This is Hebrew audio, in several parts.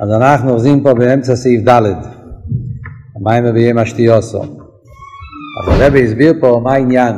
אז אנחנו אוחזים פה באמצע סעיף ד' המים מביאים השתיוסו. אז הרבי הסביר פה מה העניין.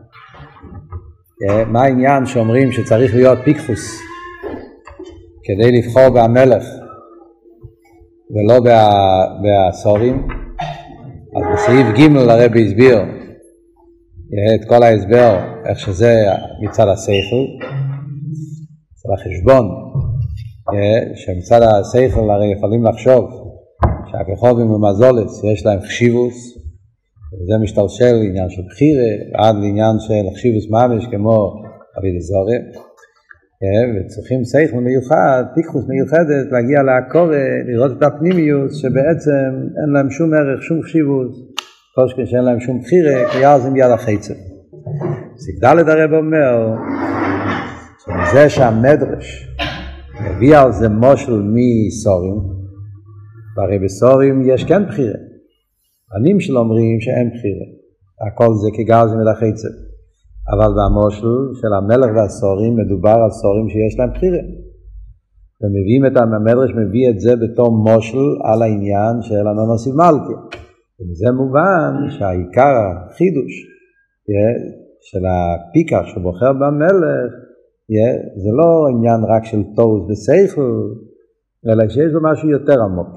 מה העניין שאומרים שצריך להיות פיקחוס כדי לבחור במלך ולא בעשורים. אז בסעיף ג' הרבי הסביר את כל ההסבר איך שזה מצד השכל, מצד החשבון, שמצד השכל הרי יכולים לחשוב שהכוכבים ומזולת יש להם חשיבוס, וזה משתלשל לעניין של בחירה עד לעניין של חשיבוס ממש כמו אביד זורי, וצריכים שכל מיוחד, פיקחוס מיוחדת להגיע לעקור, לראות את הפנימיוס שבעצם אין להם שום ערך, שום חשיבוס, כל שאין להם שום בחירה, כי אז הם יד החצר. סגדלת הרב אומר שזה שהמדרש מביא על זה מושל מסורים, והרי בסורים יש כן בחירה. בנים שלו אומרים שאין בחירה, הכל זה כגזים את החצר. אבל במושל של המלך והסורים מדובר על סורים שיש להם בחירה. ומביאים את המדרש מביא את זה בתור מושל על העניין של הנונוסיב מלכי. ומזה מובן שהעיקר החידוש של הפיקח שבוחר במלך זה לא עניין רק של תורס ושכל, אלא שיש לו משהו יותר עמוק.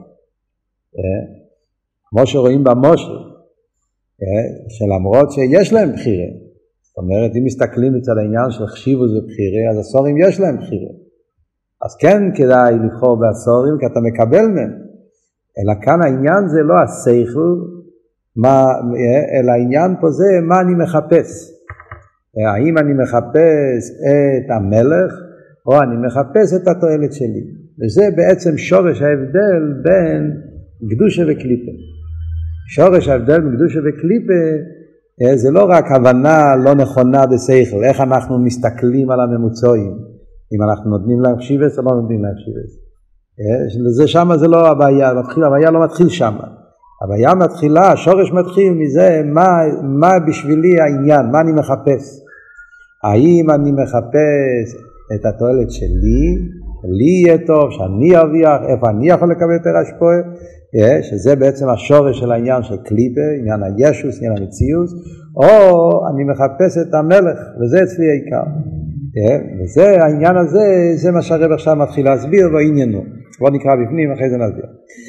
כמו שרואים במושל, שלמרות שיש להם בחירה, זאת אומרת, אם מסתכלים מצד העניין של חשיבוס ובחירה, אז הסורים יש להם בחירה. אז כן כדאי לבחור בסורים, כי אתה מקבל מהם. אלא כאן העניין זה לא השכל, אלא העניין פה זה מה אני מחפש. האם אני מחפש את המלך, או אני מחפש את התועלת שלי. וזה בעצם שורש ההבדל בין קדושה וקליפה. שורש ההבדל בין קדושה וקליפה, זה לא רק הבנה לא נכונה בשכל, איך אנחנו מסתכלים על הממוצעים, אם אנחנו נותנים להם חשיבס או לא נותנים להם חשיבס. זה שמה זה לא הבעיה, הבעיה לא מתחיל שמה. הבעיה מתחילה, השורש מתחיל מזה, מה בשבילי העניין, מה אני מחפש. האם אני מחפש את התועלת שלי, לי יהיה טוב, שאני ארוויח, איפה אני יכול לקבל יותר השפעה, שזה בעצם השורש של העניין של קליפה, עניין הישוס, עניין המציאות, או אני מחפש את המלך, וזה אצלי העיקר. וזה העניין הזה, זה מה שהרב עכשיו מתחיל להסביר ועניינו. בוא נקרא בפנים, אחרי זה נסביר.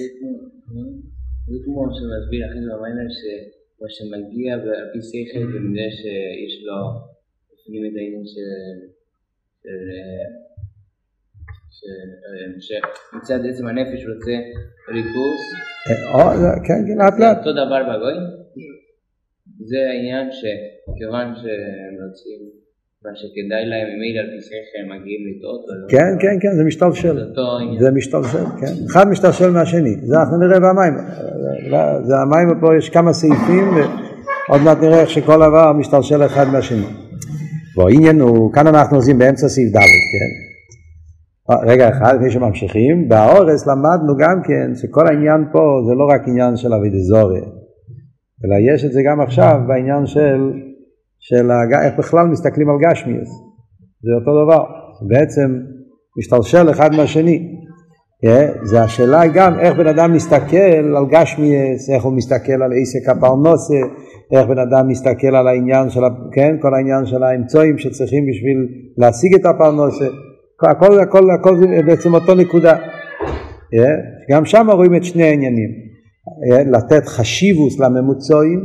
זה כמו שמסביר אחרי זה במיימר שמה שמגיע ועל פי שכל במדי שיש לו לפנים את העניין שמצד עצם הנפש רוצה ריכוז. כן, לאט לאט. אותו דבר בגויים. זה העניין שכיוון שהם רוצים מה שכדאי להם ממילא על פי שכל מגיעים לטעות. כן, זה משתלשל. זה משתלשל, כן. אחד משתלשל מהשני. זה אנחנו נראה במים. זה המים פה יש כמה סעיפים ועוד מעט נראה איך שכל דבר משתלשל אחד מהשני. והעניין הוא, כאן אנחנו עושים באמצע סעיף ד', כן. רגע אחד, לפני שממשיכים, באורס למדנו גם כן שכל העניין פה זה לא רק עניין של אביד זורי, אלא יש את זה גם עכשיו בעניין של איך בכלל מסתכלים על גשמיאס. זה אותו דבר, בעצם משתלשל אחד מהשני. זה השאלה גם איך בן אדם מסתכל על גשמיאס, איך הוא מסתכל על עסק הפרנסה, איך בן אדם מסתכל על העניין של, כן, כל העניין של האמצעים שצריכים בשביל להשיג את הפרנסה. הכל זה בעצם אותו נקודה. גם שם רואים את שני העניינים. לתת חשיבוס לממוצעים,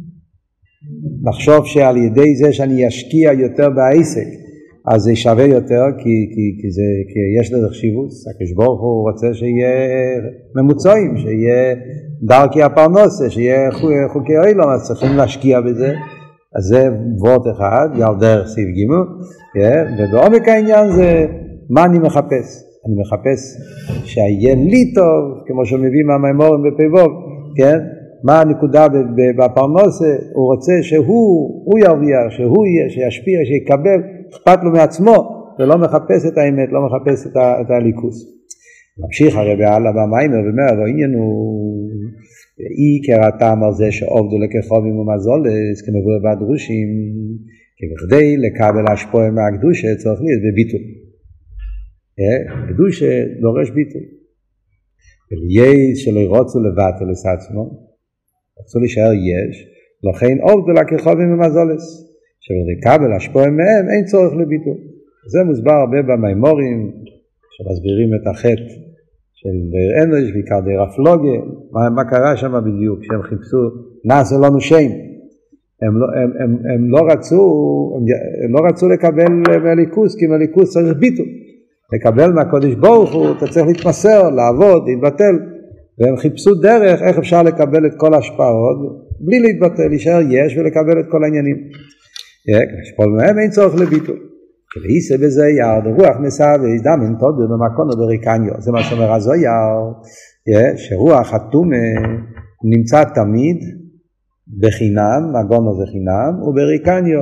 לחשוב שעל ידי זה שאני אשקיע יותר בעסק, אז זה שווה יותר, כי יש לזה חשיבוס. הקדוש הוא רוצה שיהיה ממוצעים, שיהיה דרכי הפרנסה, שיהיה חוקי אילום, אז צריכים להשקיע בזה. אז זה וורט אחד, על דרך סעיף ג', ובעומק העניין זה מה אני מחפש. אני מחפש שיהיה לי טוב, כמו שמביא מהמימורים בפייבוב, כן? מה הנקודה בפרנסה? הוא רוצה שהוא ירוויח, שהוא יהיה, שישפיע, שיקבל, אכפת לו מעצמו, ולא מחפש את האמת, לא מחפש את הליכוס. ממשיך הרבי הלאה במיימר ואומר, והעניין הוא עיקר הטעם על זה שעובדו לכוכבים ומזולת, כמבואר בדרושים, כבכדי לקבל השפעה מהקדושה צריך להיות בביטול. קדושה דורש ביטול. ולייס שלא רוצו לבטל את עצמו, רצו להישאר יש, לכן עובדו לכחובים ומזולס, שלקבל השפועה מהם אין צורך לביטול. זה מוסבר הרבה במיימורים, שמסבירים את החטא של דיר אנוש, בעיקר דיר הפלוגה, מה קרה שם בדיוק, כשהם חיפשו, נעשה לנו שם. הם לא רצו לקבל מליכוס, כי מליכוס צריך ביטול. לקבל מהקודש ברוך הוא, אתה צריך להתמסר, לעבוד, להתבטל. והם חיפשו דרך איך אפשר לקבל את כל ההשפעות, בלי להתבטל, להישאר יש ולקבל את כל העניינים. כשפול מהם אין צורך לביטול. כלהיסה בזה ירד, רוח מסעבי, דמן תודו במקונו בריקניו. זה מה שאומר הזויר, שרוח התומה נמצא תמיד בחינם, הגונו זה חינם, ובריקניו,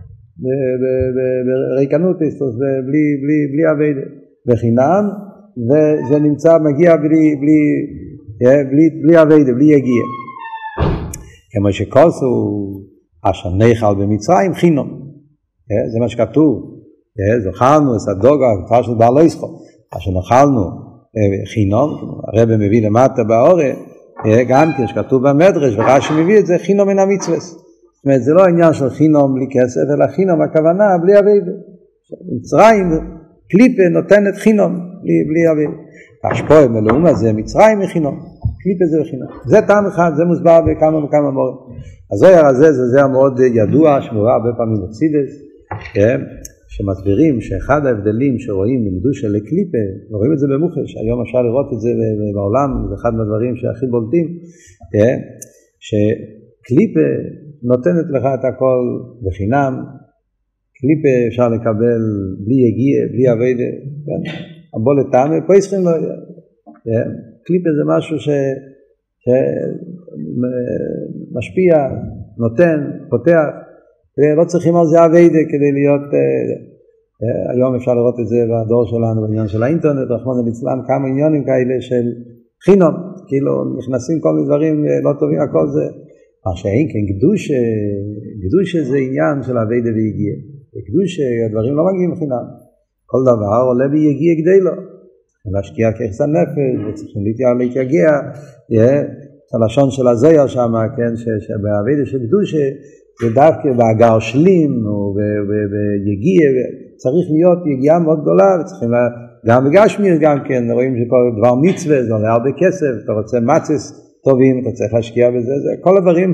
בריקנוטיס, בלי עבד, בחינם, וזה נמצא, מגיע בלי עבד, בלי יגיע. כמו שכוסו, אשר נחל במצרים חינום. זה מה שכתוב. זוכרנו את הדוגה, כבר של בעל איסחו, אשר נחלנו חינום, הרב מביא למטה באורה, גם כשכתוב במדרש, ורש"י מביא את זה, חינום מן המצווה. זאת אומרת, זה לא העניין של חינום בלי כסף, אלא חינום הכוונה בלי עבד. מצרים, קליפה נותנת חינום בלי עבד. השפועה מלאום הזה, מצרים מחינום, קליפה זה בחינום. זה טעם אחד, זה מוסבר בכמה וכמה מורים. הזויר הזה, זה מאוד ידוע, שמורה הרבה פעמים בצידס, שמסבירים שאחד ההבדלים שרואים מקדושה לקליפה, רואים את זה במוחש, היום אפשר לראות את זה בעולם, זה אחד מהדברים שהכי בולטים, שקליפה נותנת לך את הכל בחינם, קליפה אפשר לקבל בלי יגיע, בלי עבד, הבוא לטעם, פה ישכים לא יהיה. קליפה זה משהו שמשפיע, נותן, פותח, ולא צריכים על זה עבד כדי להיות, היום אפשר לראות את זה בדור שלנו, בעניין של האינטרנט, רחמנא ליצלן, כמה עניונים כאלה של חינום, כאילו נכנסים כל מיני דברים לא טובים, הכל זה, מה שאין כן, קדושה זה עניין של עבד ויגיע, בקדושה הדברים לא מגיעים חינם, כל דבר עולה ביגיע כדי לו, להשקיע ככס הנפש, וצריכים להתייגע, הלשון של הזויר שם, כן, שבעבד של קדושה, זה דווקא בהגרשלים וביגיע, צריך להיות יגיעה מאוד גדולה, וצריכים גם בגשמי גם כן, רואים שכל דבר מצווה, זה עולה הרבה כסף, אתה רוצה מצס טובים, אתה צריך להשקיע בזה, זה כל הדברים,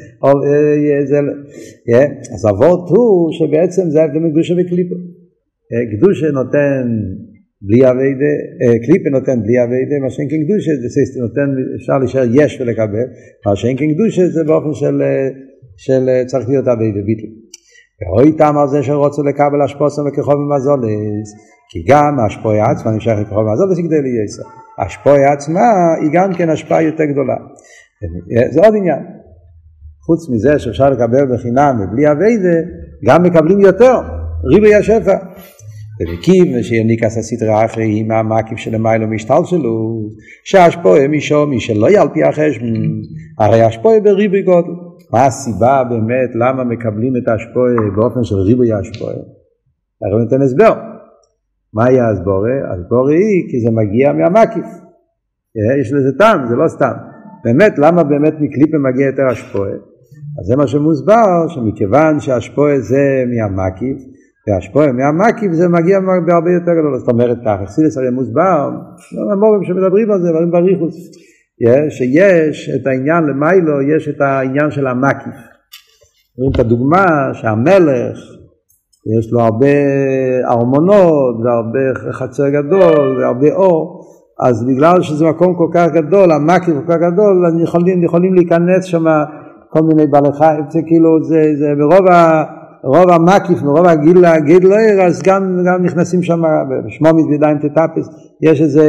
אז הוורט הוא שבעצם זה ההבדל מקדושה וקליפה. קדושה נותן בלי עבודה, קליפה נותן בלי עבודה, מה שאין כקדושה, זה נותן, אפשר להישאר יש ולקבל, מה שאין כקדושה זה באופן של צריך להיות עבודה ביטל. ואוי טעם על זה שרוצו לקבל השפוסם וכחוב ומזולס, כי גם ההשפועה עצמה נמשך לכחוב ומזולס כדי לייסר. ההשפועה עצמה היא גם כן השפעה יותר גדולה. זה עוד עניין. חוץ מזה שאפשר לקבל בחינם ובלי עבודה, גם מקבלים יותר, ריבוי השפע. ובקיב שיניק הסטרה אחרי מהמקיף של המיילו משתל שלו, שההשפועה משום מי שלא ילפי החשבון, הרי ההשפועה בריבוי גודל. מה הסיבה באמת למה מקבלים את ההשפועה באופן של ריבוי ההשפועה? הרי ניתן הסבר. מה היה הסבורה? הסבורה היא כי זה מגיע מהמקיף. יש לזה טעם, זה לא סתם. באמת, למה באמת מקליפה מגיע יותר השפועה? אז זה מה שמוסבר, שמכיוון שההשפועה זה מהמקיף, וההשפועה מהמקיף זה מגיע בהרבה יותר גדול. זאת אומרת כך, חסידס הרי מוסבר, המורים שמדברים על זה, דברים בריחוס. שיש את העניין למיילו, יש את העניין של המקיף. רואים את הדוגמה שהמלך, יש לו הרבה ארמונות, והרבה חצר גדול, והרבה אור, אז בגלל שזה מקום כל כך גדול, המקיף כל כך גדול, יכולים להיכנס שם כל מיני בעלי חיים, זה כאילו, זה ברוב המקיף, ברוב הגדלר, אז גם נכנסים שם, בשמומית בידיים תטפס, יש איזה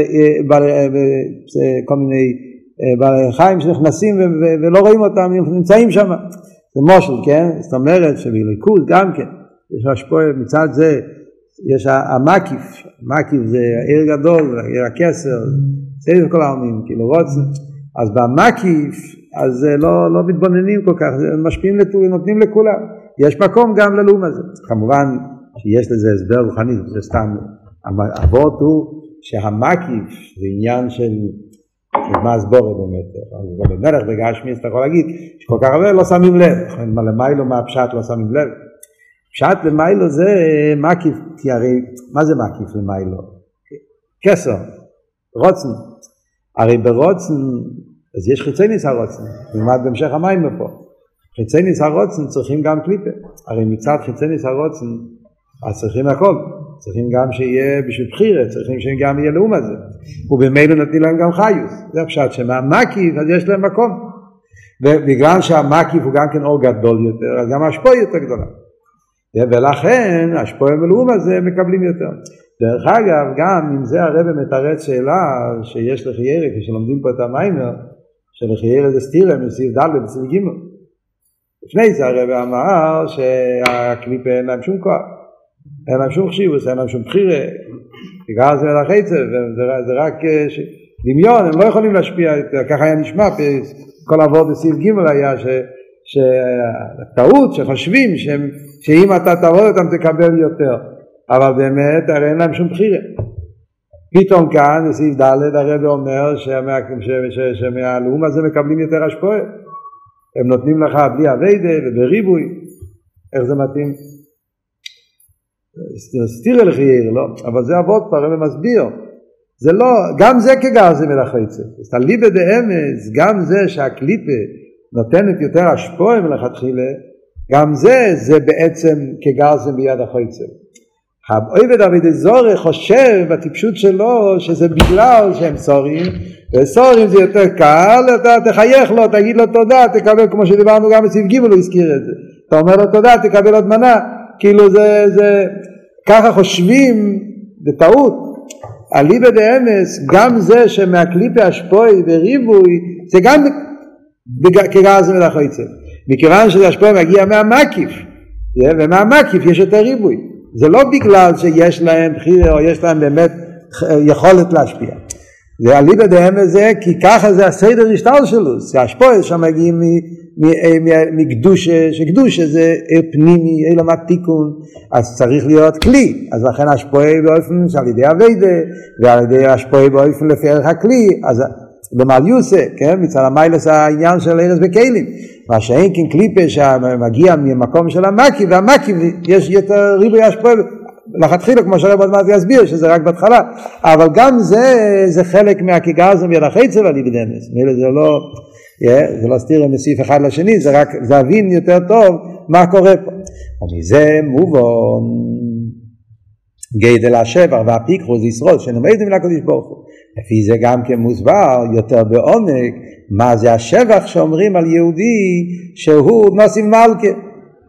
כל מיני בעלי חיים שנכנסים ולא רואים אותם, נמצאים שם. זה מושל, כן? זאת אומרת שבליכוז גם כן, יש השפועה מצד זה, יש המקיף, מקיף זה עיר גדול, עיר הכסר, זה כל העמים, כאילו רוצים. אז במקיף, אז לא מתבוננים כל כך, משפיעים נותנים לכולם. יש מקום גם ללאום הזה. כמובן שיש לזה הסבר רוחני, זה סתם. אבות הוא שהמקיף זה עניין של מה הסבורה באמת? במלך בגשמיס אתה יכול להגיד שכל כך הרבה לא שמים לב, למיילו מה הפשט לא שמים לב? פשט למיילו זה מקיף, כי הרי מה זה מקיף למיילו? כסר, רוצן, הרי ברוצן אז יש חיצי ניס הרוצן, נלמד בהמשך המים פה, חיצי ניס הרוצן צריכים גם קליפה, הרי מצד חיצי ניס הרוצן אז צריכים הכל, צריכים גם שיהיה בשביל בחירה, צריכים שגם יהיה לאום הזה, ובמילא נותנים להם גם חיוס, זה הפשט שמהמקיף אז יש להם מקום, ובגלל שהמקיף הוא גם כן אור גדול יותר, אז גם ההשפעה יותר גדולה, ולכן ההשפעה מלאום הזה מקבלים יותר. דרך אגב, גם אם זה הרב מתרץ שאלה שיש לחיירה, כשלומדים פה את המיימר, שלחיירה זה סתירה מסעיף ד' בסעיף ג'. לפני זה הרב אמר שהקליפה אין להם שום כוח, אין להם שום חשיבוס, אין להם שום בחירה, בגלל זה לחצב, זה רק דמיון, הם לא יכולים להשפיע, ככה היה נשמע, כל עבוד בסעיף ג' היה שהטעות שחושבים שאם אתה תעבוד אותם תקבל יותר, אבל באמת הרי אין להם שום בחירה. פתאום כאן בסעיף ד' הרב אומר שמהלאום הזה מקבלים יותר השפעה, הם נותנים לך בלי עבודה ובריבוי. איך זה מתאים? סתירה לחיירה, לא? אבל זה עבוד פה, הרב מסביר, זה לא, גם זה כגרזם אל החצב, אז הליבה דאמס, גם זה שהקליפה נותנת יותר השפעה מלכתחילה, גם זה בעצם כגרזם ביד החצב. העובד אבידי זורי חושב בטיפשות שלו שזה בגלל שהם סורים, וסורים זה יותר קל, אתה תחייך לו, תגיד לו תודה, תקבל, כמו שדיברנו גם בסעיף ג' הוא הזכיר את זה, אתה אומר לו תודה, תקבל עוד מנה, כאילו זה ככה חושבים בטעות. הליבה דאמס, גם זה שמהקליפה השפוי וריבוי, זה גם כגרזם אל החצב, מכיוון שזה השפוי מגיע מהמקיף, ומהמקיף יש יותר ריבוי, זה לא בגלל שיש להם בחירה או יש להם באמת יכולת להשפיע, זה הליבה דאמס זה כי ככה זה הסדר השתל שלו, זה השפוי שמגיעים מקדושה, שקדושה זה פנימי, אילמת תיקון, אז צריך להיות כלי, אז לכן השפועה באופן שעל ידי הווידה, ועל ידי השפועה באופן לפי ערך הכלי, אז במליוסה, כן, מצד המיילס העניין של ארז וכלים, מה שאין כן קליפה שמגיע ממקום של המקיף, והמקיף יש יותר ריבוי השפועה, לכתחילה כמו שהרב עוד מעט יסביר שזה רק בהתחלה, אבל גם זה חלק מהכגרזם יד החצב על ליבדמס, זה לא סתירה מסעיף אחד לשני, זה רק להבין יותר טוב מה קורה פה. ומזה מובן גדל השבח והפיקחו זה ישרוד שנאמרים לקדוש ברוך הוא. לפי זה גם כמוסבר יותר בעומק מה זה השבח שאומרים על יהודי שהוא נוסים מלכה,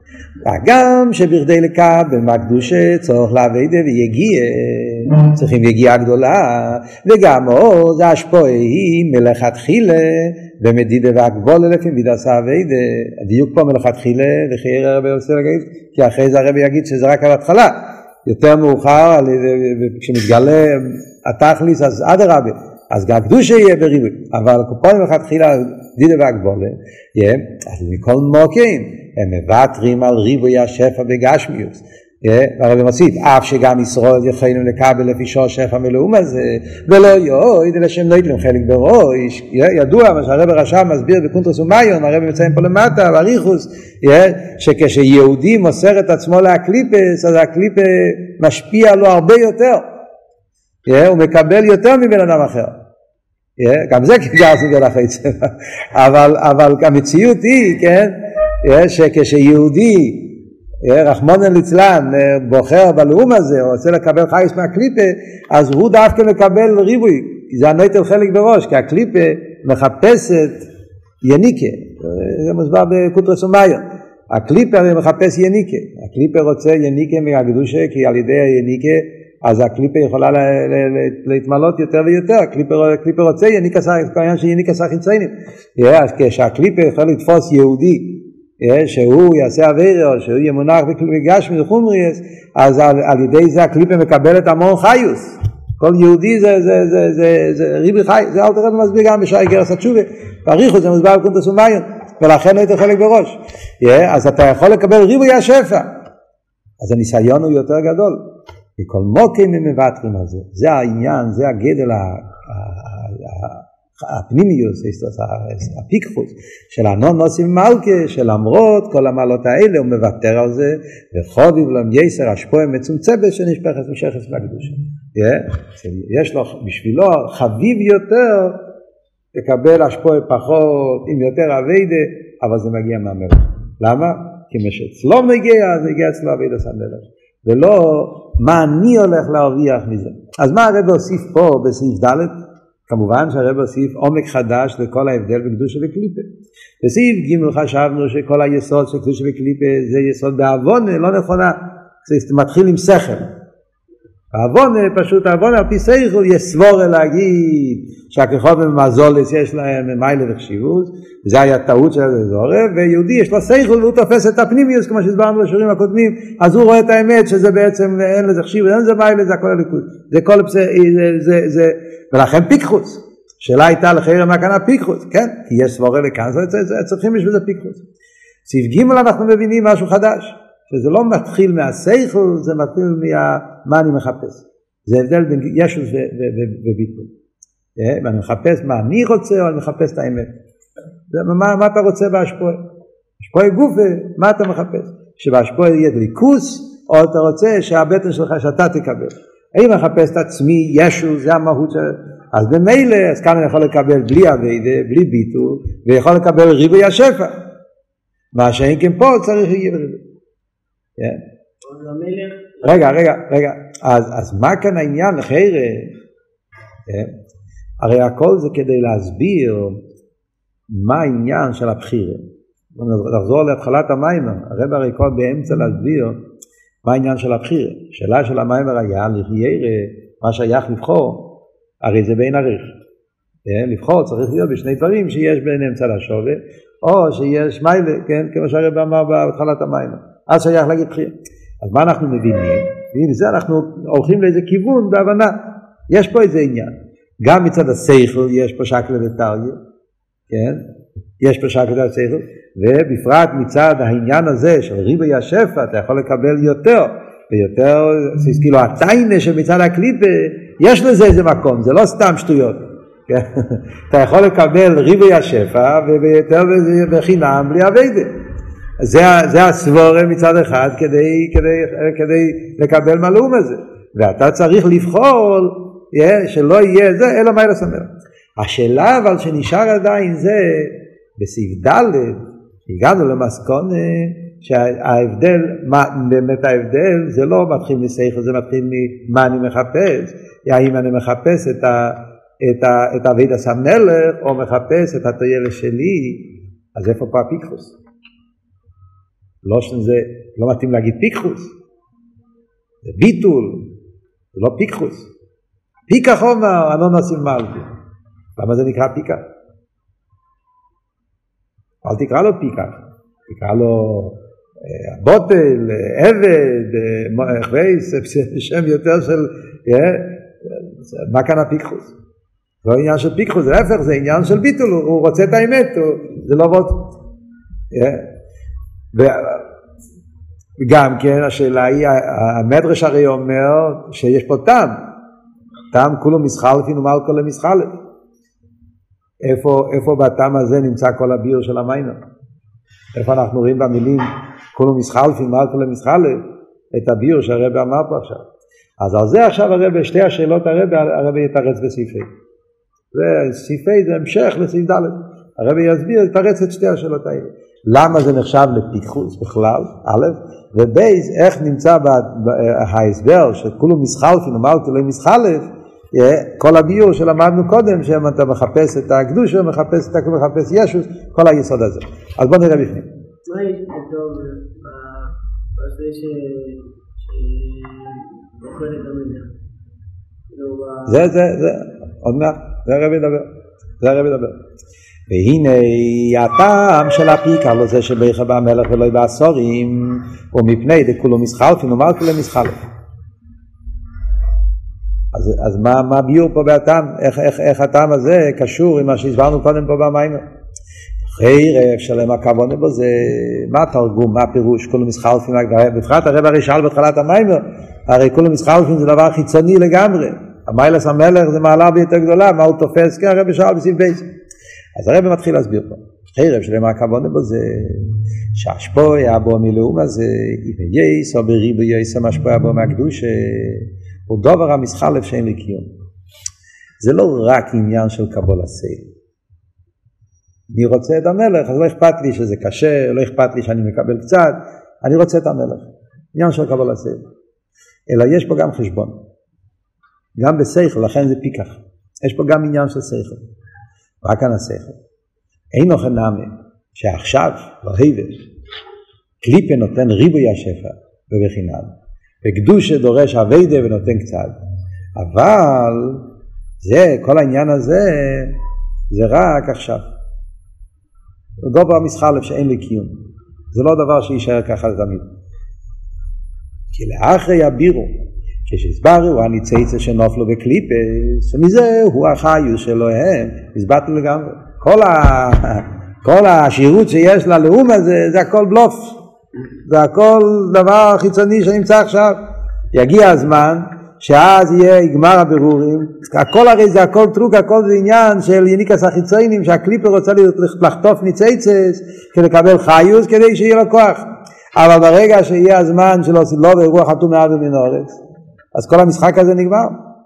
גם שבכדי לקבל מהקדושה צורך לעבודה ויגיע, צריכים יגיעה גדולה, וגם עוד ההשפעה היא מלכתחילה במדידה והגבולה לפי מידס העבודה. הדיוק פה מלכתחילה וחייר הרב עושה להגיד, כי אחרי זה הרב יגיד שזה רק על התחלה, יותר מאוחר כשמתגלה התכליס אז עד הרבה, אז גם קדושה יהיה בריבוי, אבל פה מלכתחילה דידה והגבולה, אז מכל מוקים הם מבטרים על ריבוי השפע בגשמיוס, והרב מוסיף, אף שגם ישראל יכולים לקבל לפי שור שפע מלאום הזה, ולא יועיד אלא שהם לא יתלם חלק בראש. ידוע מה שהרב רש"ם מסביר בקונטרס ומיון, הרב מציין פה למטה, באריכוס, שכשיהודי מוסר את עצמו להקליפס, אז הקליפה משפיע לו הרבה יותר, הוא מקבל יותר מבן אדם אחר. גם זה כגרזם יד החצב, אבל המציאות היא, כן, שכשיהודי רחמנא ליצלן בוחר בלאום הזה או רוצה לקבל חייס מהקליפה, אז הוא דווקא מקבל ריבוי, זה הנויטל חלק בראש, כי הקליפה מחפשת יניקה, זה מוסבר בקונטרס ומיון, הקליפה מחפש יניקה, הקליפה רוצה יניקה מהקדושה, כי על ידי היניקה אז הקליפה יכולה להתמלות יותר ויותר, הקליפה רוצה יניקה חיצונית, אז כשהקליפה יכול לתפוס יהודי שהוא יעשה עבירה, שהוא יהיה מונח בגשמי וחומריאס, אז על ידי זה הקליפה מקבלת המון חיוס. כל יהודי זה ריבי חי, זה אל תראה מסביר גם בשער גרס התשובה, פריחו זה מסביר בקונטרס ומיון, ולכן לא יותר חלק בראש. אז אתה יכול לקבל ריבי השפע, אז הניסיון הוא יותר גדול. וכל מוקים הם מבטרים על זה, זה העניין, זה הגדל הפנימיוס, הפיקחוס של הנונוסים מלכה, שלמרות כל המעלות האלה הוא מוותר על זה, וחוביב להם יסר השפועה מצומצמת שנשפכת משכס מהקדושה. יש לו בשבילו חביב יותר לקבל השפועה פחות, עם יותר עבודה, אבל זה מגיע מהמלך. למה? כי מה שאצלו מגיע, זה הגיע אצלו עבודת המלך. ולא מה אני הולך להרוויח מזה. אז מה הרב הוסיף פה בסעיף ד'? כמובן שהרב הוסיף עומק חדש לכל ההבדל בין קדושה וקליפה. בסעיף ג' חשבנו שכל היסוד של קדושה וקליפה זה יסוד בעוונה, לא נכונה. זה מתחיל עם שכל. העוונה, פשוט העוונה על פי שכל יש סבורה להגיד שהכחוב ומזולס יש להם מיילה וחשיבות, זה היה טעות של הזורה, ויהודי יש לו שכל והוא תופס את הפנימיוס כמו שהסברנו בשיעורים הקודמים, אז הוא רואה את האמת שזה בעצם אין לזה חשיבות, אין לזה מיילה, זה הכל הליכוז, זה כל זה ולכן פיקחוס. שאלה הייתה לחיירה מה כאן הפיקחוס, כן? כי יש סבורה לכאן, צריכים בשביל זה פיקחוס. סעיף ג' אנחנו מבינים משהו חדש, שזה לא מתחיל מהשכל, זה מתחיל מה אני מחפש. זה הבדל בין ישוס וביטול. ואני מחפש מה אני רוצה, או אני מחפש את האמת. מה אתה רוצה בהשפועה? השפועה גופה, מה אתה מחפש? שבהשפועה יהיה ליכוס, או אתה רוצה שהבטן שלך שאתה תקבל. האם מחפש את עצמי, ישוס, זה המהות של... אז במילא, אז כאן אני יכול לקבל בלי עבודה, בלי ביטול, ויכול לקבל ריבוי השפע. מה שאין כן פה צריך יהיה ריבוי. רגע, אז מה כאן העניין אחרי? הרי הכל זה כדי להסביר מה העניין של הבחירה. נחזור להתחלת המיימר, הרב הרי כל באמצע להסביר מה העניין של הבחירה. שאלה של המיימר היה לחיירה, מה שייך לבחור, הרי זה בין עריך. לבחור צריך להיות בשני דברים שיש ביניהם צד השווה, או שיש מיילה, כן, כמו שהרב אמר בהתחלת המיימר. אז שייך להגיד בחירה. אז מה אנחנו מבינים? ובזה אנחנו הולכים לאיזה כיוון בהבנה. יש פה איזה עניין. גם מצד השכל יש פה שקלה וטריה, כן? יש פה שקלה ושכל, ובפרט מצד העניין הזה של ריבוי השפע, אתה יכול לקבל יותר, ויותר, כאילו הטיינה שמצד הקליפה, יש לזה איזה מקום, זה לא סתם שטויות. אתה יכול לקבל ריבוי השפע, ויותר בחינם בלי עבודה. זה הסבורה מצד אחד כדי לקבל מלאום הזה. ואתה צריך לבחור שלא יהיה זה, אלא מה ילסמר. השאלה אבל שנשאר עדיין זה, בסעיף ד' הגענו למסקונה שההבדל, באמת ההבדל זה לא מתחיל משכל, זה מתחיל ממה אני מחפש. האם אני מחפש את עבודת המלך או מחפש את התועלת שלי, אז איפה פה הפיקחוס? לא שזה, לא מתאים להגיד פיקחוס, זה ביטול, זה לא פיקחוס. פיקח אומר, הנונוסים מלכה. למה זה נקרא פיקח? אל תקרא לו פיקח, תקרא לו בוטל, עבד, שם יותר של, מה כאן הפיקחוס? לא עניין של פיקחוס, זה להפך, זה עניין של ביטול, הוא רוצה את האמת, זה לא בוט. וגם כן השאלה היא, המדרש הרי אומר שיש פה טעם כולו מסחלפין ומעל כל המסחלף. איפה בטעם הזה נמצא כל הביור של המיימר? איפה אנחנו רואים במילים כולו מסחלפין ומעל כל המסחלף את הביור שהרב אמר פה עכשיו? אז על זה עכשיו הרב, שתי השאלות הרב יתרץ בסעיפי. סעיפי זה המשך לסעיף ד'. הרב יסביר, יתרץ את שתי השאלות האלה. למה זה נחשב לפיקחוס בכלל, א', וב', איך נמצא ההסבר שכולו מסחלפין ומעל כל המסחלף, כל הביור שלמדנו קודם, שאתה מחפש את הקדושה, מחפש ישוס, כל היסוד הזה. אז בוא נראה בפנים. מה יש פתאום בזה שבוחר את המלך? זה, עוד מעט, זה הרב ידבר. והנה הטעם של הפיקח לא זה שבייך במלך ולא בעשורים, ומפני דכולו מסחלפין ומעל כל המסחלף. אז מה ביור פה בהטעם? איך הטעם הזה קשור עם מה שהסברנו קודם פה במיימר? חרף שלם הכוונה בו זה, מה התרגום, מה הפירוש, כולו מסחלפין, בפרט הרב הרי שאל בתחילת המיימר, הרי כולו מסחלפין זה דבר חיצוני לגמרי, המיילס המלך זה מעלה ביותר גדולה, מה הוא תופס? כן, הרב שאל בסעיף בייס. אז הרב מתחיל להסביר פה. הרב שלמה הכוונה בו זה שהשפוע בו מלאום הזה, יייס או בריבו יייס המשפוע בו מהקדוש, הוא דבר המסחלף שאין לי קיום. זה לא רק עניין של קבול הסייל. אני רוצה את המלך, אז לא אכפת לי שזה קשה, לא אכפת לי שאני מקבל קצת, אני רוצה את המלך. עניין של קבול הסייל. אלא יש פה גם חשבון. גם בשכל, לכן זה פיקח. יש פה גם עניין של שכל. רק כאן השכל. אין אוכל נעמה, שעכשיו, בהיבש, קליפה נותן ריבוי השפע, ובחינם. וקדושה דורש הווידה ונותן קצת. אבל, זה, כל העניין הזה, זה רק עכשיו. זה דבר מסחלף שאין לי קיום. זה לא דבר שישאר ככה תמיד. כי לאחרי יבירו, כשהסברו הניצייצה שנופלו בקליפס, ומזה הוא החיוס שלהם, הסבטנו לגמרי. כל השירות שיש ללאום הזה, זה הכל בלוף. זה הכל דבר חיצוני שנמצא עכשיו. יגיע הזמן, שאז יגמר הבירורים, הכל הרי זה הכל טרוק, הכל זה עניין של יניקס החיצונים, שהקליפר רוצה לחטוף ניצייצס, כדי לקבל חיוס, כדי שיהיה לו כוח. אבל ברגע שיהיה הזמן שלו לא ברוח חתום מאב ומנורץ, אז כל המשחק הזה נגמר.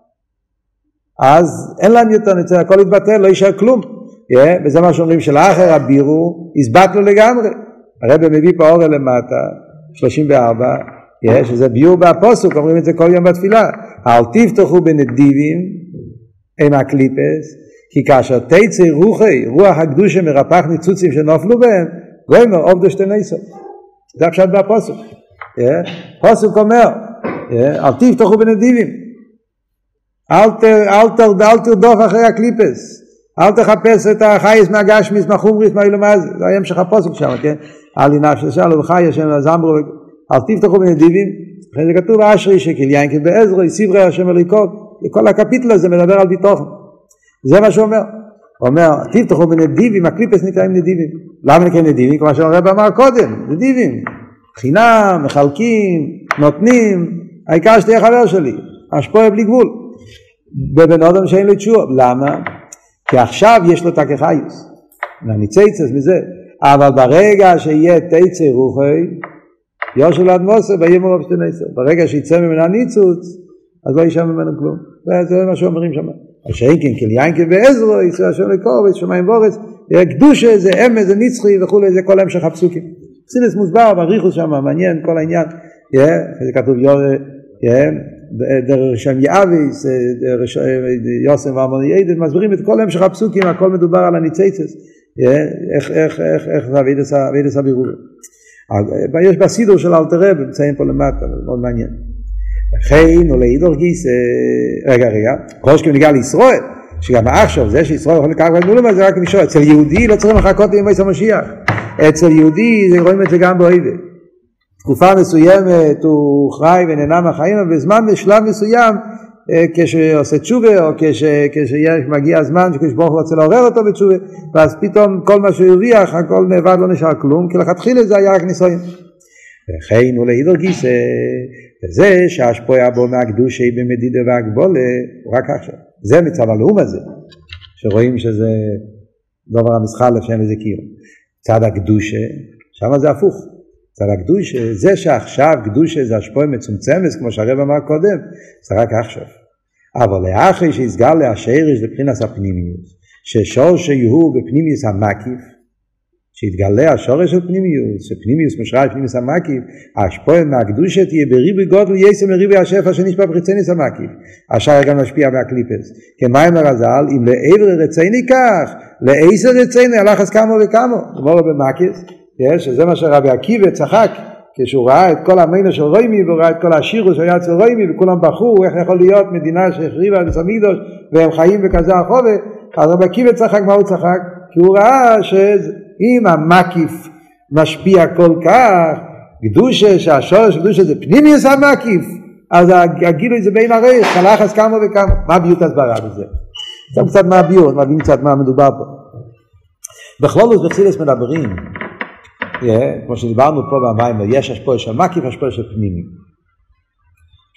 אז אין להם יותר ניצל, הכל יתבטל, לא יישאר כלום. וזה מה שאומרים שלאחר הבירו, הסבטנו לגמרי. הרב מביא פה אור למטה, 34, שזה ביור בפוסוק, אומרים את זה כל יום בתפילה. אל תפתחו בנדיבים, עם הקליפס, כי כאשר תצא רוחי, רוח הקדושה מרפח ניצוצים שנופלו בהם, גוימר עובדו שתי ניסות. זה הפשט בפוסוק. פוסוק אומר, אל תפתחו בנדיבים. אל תרדוף אחרי הקליפס. אל תחפש את החייס מהגשמיס, מהחומריס, מהאילומז. זה היה המשך הפוסק שם, כן? אל ינפש לשאלו וחי השם הזמברו. אל תפתחו בנדיבים. אחרי זה כתוב אשרי שכליין כבעזרו, יסיברי השם אליקות. כל הקפיטל הזה מדבר על ביטוחן. זה מה שהוא אומר. הוא אומר, תפתחו בנדיבים, הקליפס נקראים נדיבים. למה נקראים נדיבים? כמו שהרב אמר קודם, נדיבים. חינם, מחלקים, נותנים, העיקר שתהיה חבר שלי. השפוע בלי גבול. בבן אדם שאין לו תשוע. למה? כי עכשיו יש לו תקחיוס. ניצייצס מזה. אבל ברגע שיהיה תצא רוחי, יושל עד מוסר, ויהיה מורב שתי ניסר. ברגע שיצא ממנה ניצוץ, אז לא יישם ממנו כלום. זה מה שאומרים שם. השאינקין, כליינקין בעזרו, ישראל השם לקורבס, שמיים וורץ, קדושה, זה אמס, זה נצחי וכו', זה כל המשך הפסוקים. סינס מוסבר, בריחוס שם, מעניין, כל העניין. זה כתוב דרך שם יאביס, יוסם ועמוני עדן, מסבירים את כל המשך הפסוקים, הכל מדובר על הניצייצס. איך זה אבידס הבירורים. יש בסידור של אלתר רב, מציין פה למטה, מאוד מעניין. לכן, אולי אידור גיס, רגע, ראש כמניגע לישראל, שגם עכשיו, זה שישראל יכול לקחת את מולו, זה רק מישור. אצל יהודי לא צריכים לחכות עם מייס המשיח. אצל יהודי, רואים את זה גם באויבה. תקופה מסוימת, הוא חי ונהנה מהחיים, ובזמן בשלב מסוים, כשעושה תשובה, או כשמגיע הזמן, כשברוך רוצה לעורר אותו בתשובה, ואז פתאום כל מה שהוא הרוויח, הכל נאבד, לא נשאר כלום, כי לכתחילה זה היה רק ניסויים. וכן, אולי אידור גיס, וזה שהשפוע בו מהקדושה במדידה והגבולה, הוא רק עכשיו. זה מצב הלאום הזה, שרואים שזה דבר המסחלף שאין לזה קיום. צד הקדושה, שם זה הפוך. צד הקדושה, זה שעכשיו קדושה זה השפוע מצומצמת, כמו שהרב אמר קודם, זה רק עכשיו. אבל לאחרי שהסגר להשרש לבחינת הפנימיות, ששורש יהיו בפנימיוס המקיף, שהתגלה השורש של פנימיוס, שפנימיוס משרה פנימיוס המקיף, השפוע מהקדושה תהיה בריבוי גודל יסם מריבוי השפע שנשפע ברציניס המקיף. השאר גם משפיע מהקליפס. כמים הרזל, אם לעבר רציני כך, לעשר רציני, הלך אז כמה וכמה. אמרו לו במקיף, שזה מה שרבי עקיבא צחק, כשהוא ראה את כל המינו של רוימי, והוא ראה את כל השירוס שהיה אצל רוימי, וכולם בחרו, איך יכול להיות מדינה שהחריבה את המקדש, והם חיים בכזה החובה, אז רבי עקיבא צחק, מה הוא צחק? כי הוא ראה שאם המקיף משפיע כל כך, קדושה, שהשורש קדושה זה פנימיוס המקיף, אז הגילו זה בין הרייך, הלך אז כמה וכמה. מה הביאות הסברה בזה? זה קצת מה הביאות, מביאים קצת מה מדובר פה. בכלולוס בחסידות מדברים, כמו שדיברנו פה במים, יש השפוע של מקיף, השפוע של פנימי.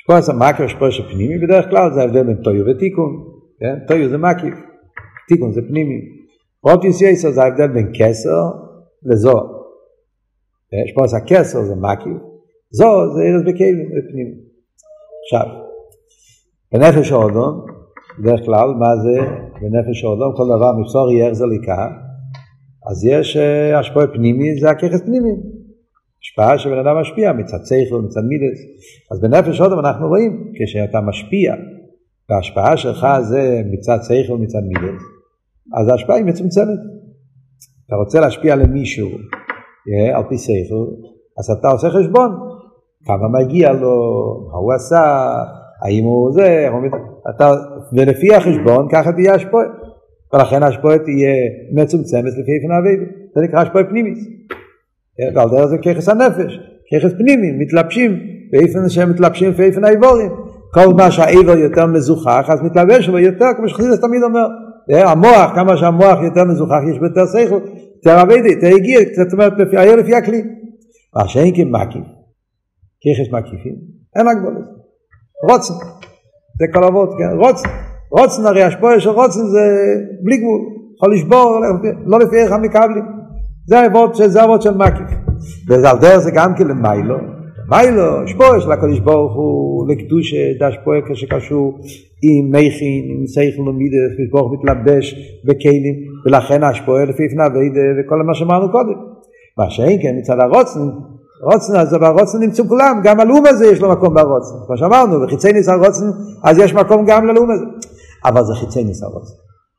השפוע המקיף, השפוע פנימי, בדרך כלל זה ההבדל בין טויו ותיקון, כן? טויו זה מקיף, תיקון זה פנימי. רוטיס יסר זה ההבדל בין כסר לזו. השפוע הכסר זה מקיף, זו זה ארז בקיילים, זה פנימי. עכשיו, בנפש האודום, בדרך כלל, מה זה בנפש האודום? כל דבר מבשור יהיה זה לקה, אז יש השפוע פנימי, זה הככס פנימי. השפעה שבן אדם משפיע, מצד שכל, מצד מידס. אז בנפש האודום אנחנו רואים, כשאתה משפיע, וההשפעה שלך זה מצד שכל, מצד מידס, אז ההשפעה היא מצומצמת. אתה רוצה להשפיע למישהו, על פי שכל, אז אתה עושה חשבון, כמה מגיע לו, מה הוא עשה, האם הוא זה, ולפי החשבון ככה תהיה השפועה, ולכן השפועה תהיה מצומצמת לפי איפן העבודה, זה נקרא השפועה פנימית, ועל דרך זה ככס הנפש, ככס פנימי, מתלבשים, באיפן שהם מתלבשים לפי איפן העבורים, כל מה שהעבר יותר מזוכח, אז מתלבש בו יותר, כמו שחסידות תמיד אומר, המוח, כמה שהמוח יותר מזוכח, יש ביותר שכל, יותר עבודה, יותר הגיע, זאת אומרת, היה לפי הכלי, מה שאין כמקיף, ככס מקיפים, אין הגבולת. רוצן, זה כל אבות, כן? רוצן, הרי השפועה של רוצן זה בלי גבול, יכול לשבור, לא לפי איך המקבלים. זה האבות של מקיף. וזה על דרך זה גם כן למיילו. מיילו, השפועה של הקדוש ברוך הוא לקדוש את השפועה כשקשור עם מכין, עם שכל ומידס, כשברוך מתלבש בכלים, ולכן השפועה לפי פנה ועידה וכל מה שאמרנו קודם. מה שאין כן מצד הרוצן, רוצן, ברוצן נמצאו כולם, גם הלאום הזה יש לו מקום ברוצן, כמו שאמרנו, בחיצי ניס הרוצן, אז יש מקום גם ללאום הזה, אבל זה חיצי ניס הרוצן.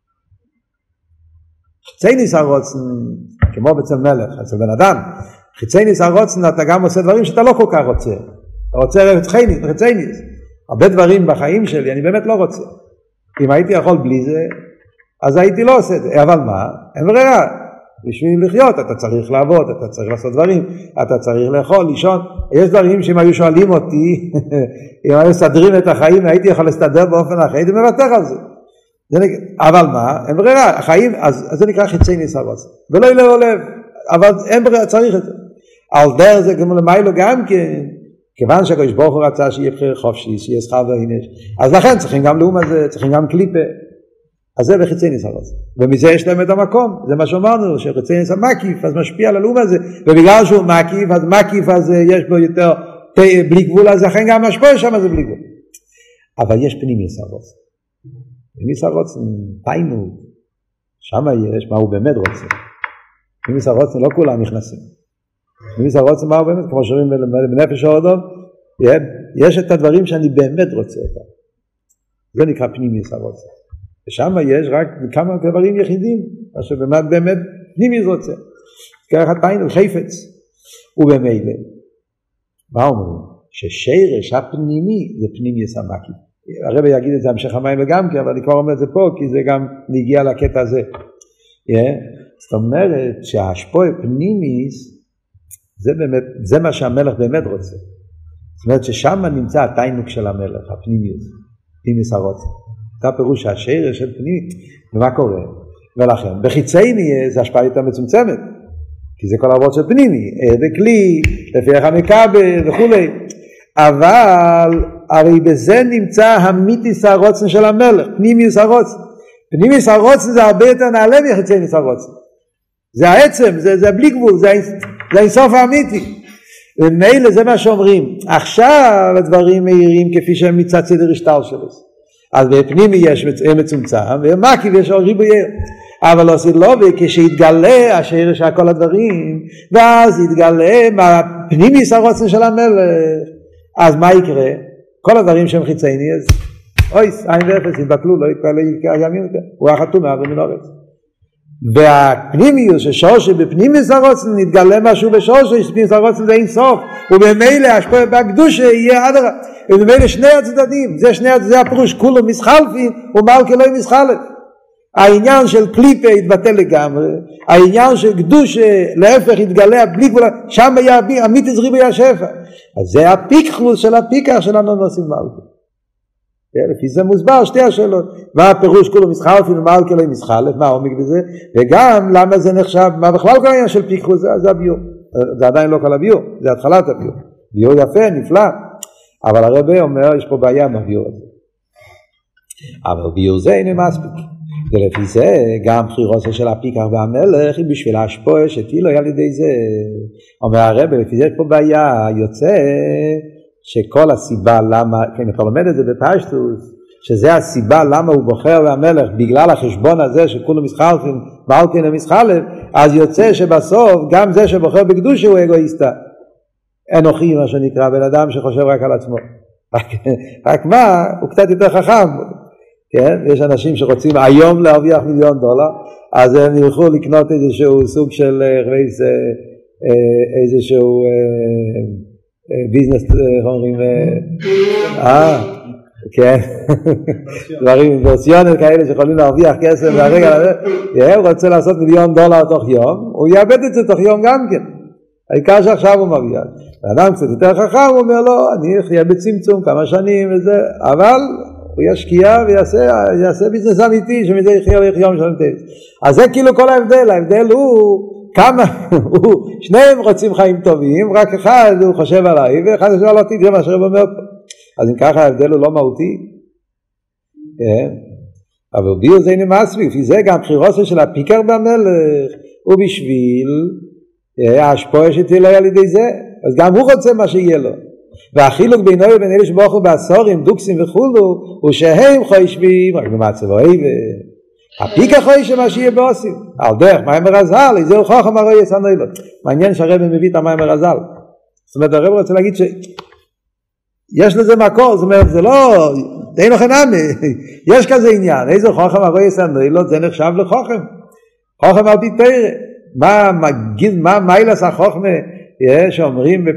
חיצי ניס הרוצן, כמו בצל מלך, אצל בן אדם, חיצי ניס הרוצן, אתה גם עושה דברים שאתה לא כל כך רוצה, אתה רוצה חיצי ניס, הרבה דברים בחיים שלי, אני באמת לא רוצה, אם הייתי יכול בלי זה, אז הייתי לא עושה את זה, אבל מה? אין ברירה, בשביל לחיות, אתה צריך לעבוד, אתה צריך לעשות דברים, אתה צריך לאכול, לישון. יש דברים שאם היו שואלים אותי, אם היו סדרים את החיים, הייתי יכול להסתדר באופן אחר, הייתי מבטח על זה. אבל מה? אין ברירה, החיים, אז זה נקרא חיצי ניס הרוצן. ולא ילך לב, אבל אין ברירה, צריך את זה. על דרך זה כמו למיילו גם כן, כיוון שהקדוש ברוך הוא רצה שיהיה בחיר חופשי, שיהיה שכר והינש, אז לכן צריכים גם לאום הזה, צריכים גם קליפה. אז זה בחיצי ניס הרוצן. ומזה יש להם את המקום. זה מה שאמרנו, שחיצי ניס המקיף, אז משפיע על הלאום הזה. ובגלל שהוא מקיף, אז יש בו יותר בלי גבול, אז לכן גם השפועה שם זה בלי גבול. אבל יש פנימיוס הרוצן. פנימיוס הרוצן, תיינו, שם יש מה הוא באמת רוצה. פנימיוס הרוצן לא כולם נכנסים. פנימיוס הרוצן מה הוא באמת, כמו שאומרים בנפש האודום, יש את הדברים שאני באמת רוצה אותם. זה נקרא פנימיוס הרוצן. ושם יש רק כמה דברים יחידים, מה שבאמת פנימי רוצה. ככה תיינו, חפץ. ובמילא, מה אומרים? ששרש הפנימי זה פנימי סמקי. הרב יגיד את זה המשך המים וגם כי, אבל אני כבר אומר את זה פה, כי זה גם נגיע לקטע הזה. זאת אומרת שההשפוע פנימי, זה מה שהמלך באמת רוצה. זאת אומרת ששם נמצא התיינוק של המלך, הפנימיות, פנימיס הרוצן. זה הפירוש שהשרש של פנימית, ומה קורה? ולכן, בחיצי נהיה, זה השפעה יותר מצומצמת, כי זה כל העבוד של פנימי, בכלי, לפי איך המקבל וכו'. אבל, הרי בזה נמצא המיתיס הרוצן של המלך, פנימיוס הרוצן. פנימיוס הרוצן זה הרבה יותר נעלה מחיצי ניס הרוצן. זה העצם, זה בלי גבול, זה האינסוף האמיתי. ומילא זה מה שאומרים. עכשיו הדברים מהירים כפי שהם מצד סדר השטר שלו. אז בפנימי יש מצומצם, ומקיף יש ריבוי. אבל עושה לא, וכשהתגלה השרש של כל הדברים, ואז יתגלה מהפנימיס הרוצן של המלך, אז מה יקרה? כל הדברים שהם חיצייני, אז אויס, עין ואפס, יתבטלו, לא יקרה ימים יותר, הוא החתום מהרי מנורת. והפנימיוס ששורש בפנימיוס הרוצן נתגלה משהו בשורש, פנימיוס הרוצן זה אין סוף, ובמילא השפוע בהקדושה יהיה עד הרב, ובמילא שני הצדדים, זה הפירוש, כולו מסחלפין ומלכה לא מסחלף. העניין של קליפה יתבטל לגמרי, העניין של קדושה להפך יתגלה בלי גבול, שם היה אמיתיס ריבוי השפע. אז זה הפיקחלוס של הפיקח של הנונוסים מלכה. לפי זה מוסבר שתי השאלות, מה הפירוש כולו מסחלפין ומלכה לא מסחלף, מה העומק בזה, וגם למה זה נחשב, מה בכלל כל העניין של פיקחלוס, זה הביור, זה עדיין לא כל הביור, זה התחלת הביור, ביור יפה, נפלא, אבל הרב אומר, יש פה בעיה מהביור הזה. אבל ביור זה אינו מספיק. ולפי זה, גם בחירוסו של הפיקח והמלך, היא בשביל ההשפועה שתילו על ידי זה. אומר הרב, לפי זה יש פה בעיה, יוצא שכל הסיבה למה, כן, אתה לומד את זה בפשטוס, שזה הסיבה למה הוא בוחר והמלך, בגלל החשבון הזה שכולו מסחלפים, מלכין ומסחלף, אז יוצא שבסוף גם זה שבוחר בקדושה הוא אגואיסטה. אנוכי, מה שנקרא, בן אדם שחושב רק על עצמו. רק מה, הוא קצת יותר חכם. כן? יש אנשים שרוצים היום להרוויח $1,000,000, אז הם ילכו לקנות איזשהו סוג של איזשהו ביזנס, אומרים, כן, דברים אינברסיונל כאלה שיכולים להרוויח כסף והרגע הזה, הוא רוצה לעשות $1,000,000 תוך יום, הוא יאבד את זה תוך יום גם כן. העיקר שעכשיו הוא מרוויח. האדם קצת יותר חכם, הוא אומר לו, אני אחיה בצמצום כמה שנים וזה, אבל הוא ישקיע ויעשה ביזנס אמיתי שמזה יחיה ויחיום של נתס. אז זה כאילו כל ההבדל. ההבדל הוא כמה, שניהם רוצים חיים טובים, רק אחד הוא חושב עליי ואחד חושב על אותי, זה מה שרב אומר פה. אז אם ככה ההבדל הוא לא מהותי. אבל ביור זה אינו מספיק, לפי זה גם בחירוסו של הפיקר במלך הוא בשביל ההשפועה שתהיה על ידי זה, אז גם הוא רוצה מה שיהיה לו. והחילוק בינו ובין אלה שבוחרו בעשורים, דוקסים וכולו, הוא שהם חושבים רק במצב אוהב. הפיקה חושב מה שיהיה בעושים. על דרך מיימר הזל, איזהו חוכם הרוי יסנוילות. מעניין שהרב מביא את המיימר הזל. זאת אומרת, הרב רוצה להגיד שיש לזה מקור, זאת אומרת, זה לא, אין לכם נמי. יש כזה עניין, איזהו חוכם הרוי יסנוילות, זה נחשב לחוכם. חוכם על פי תורה. מה מיילס החוכמה שאומרים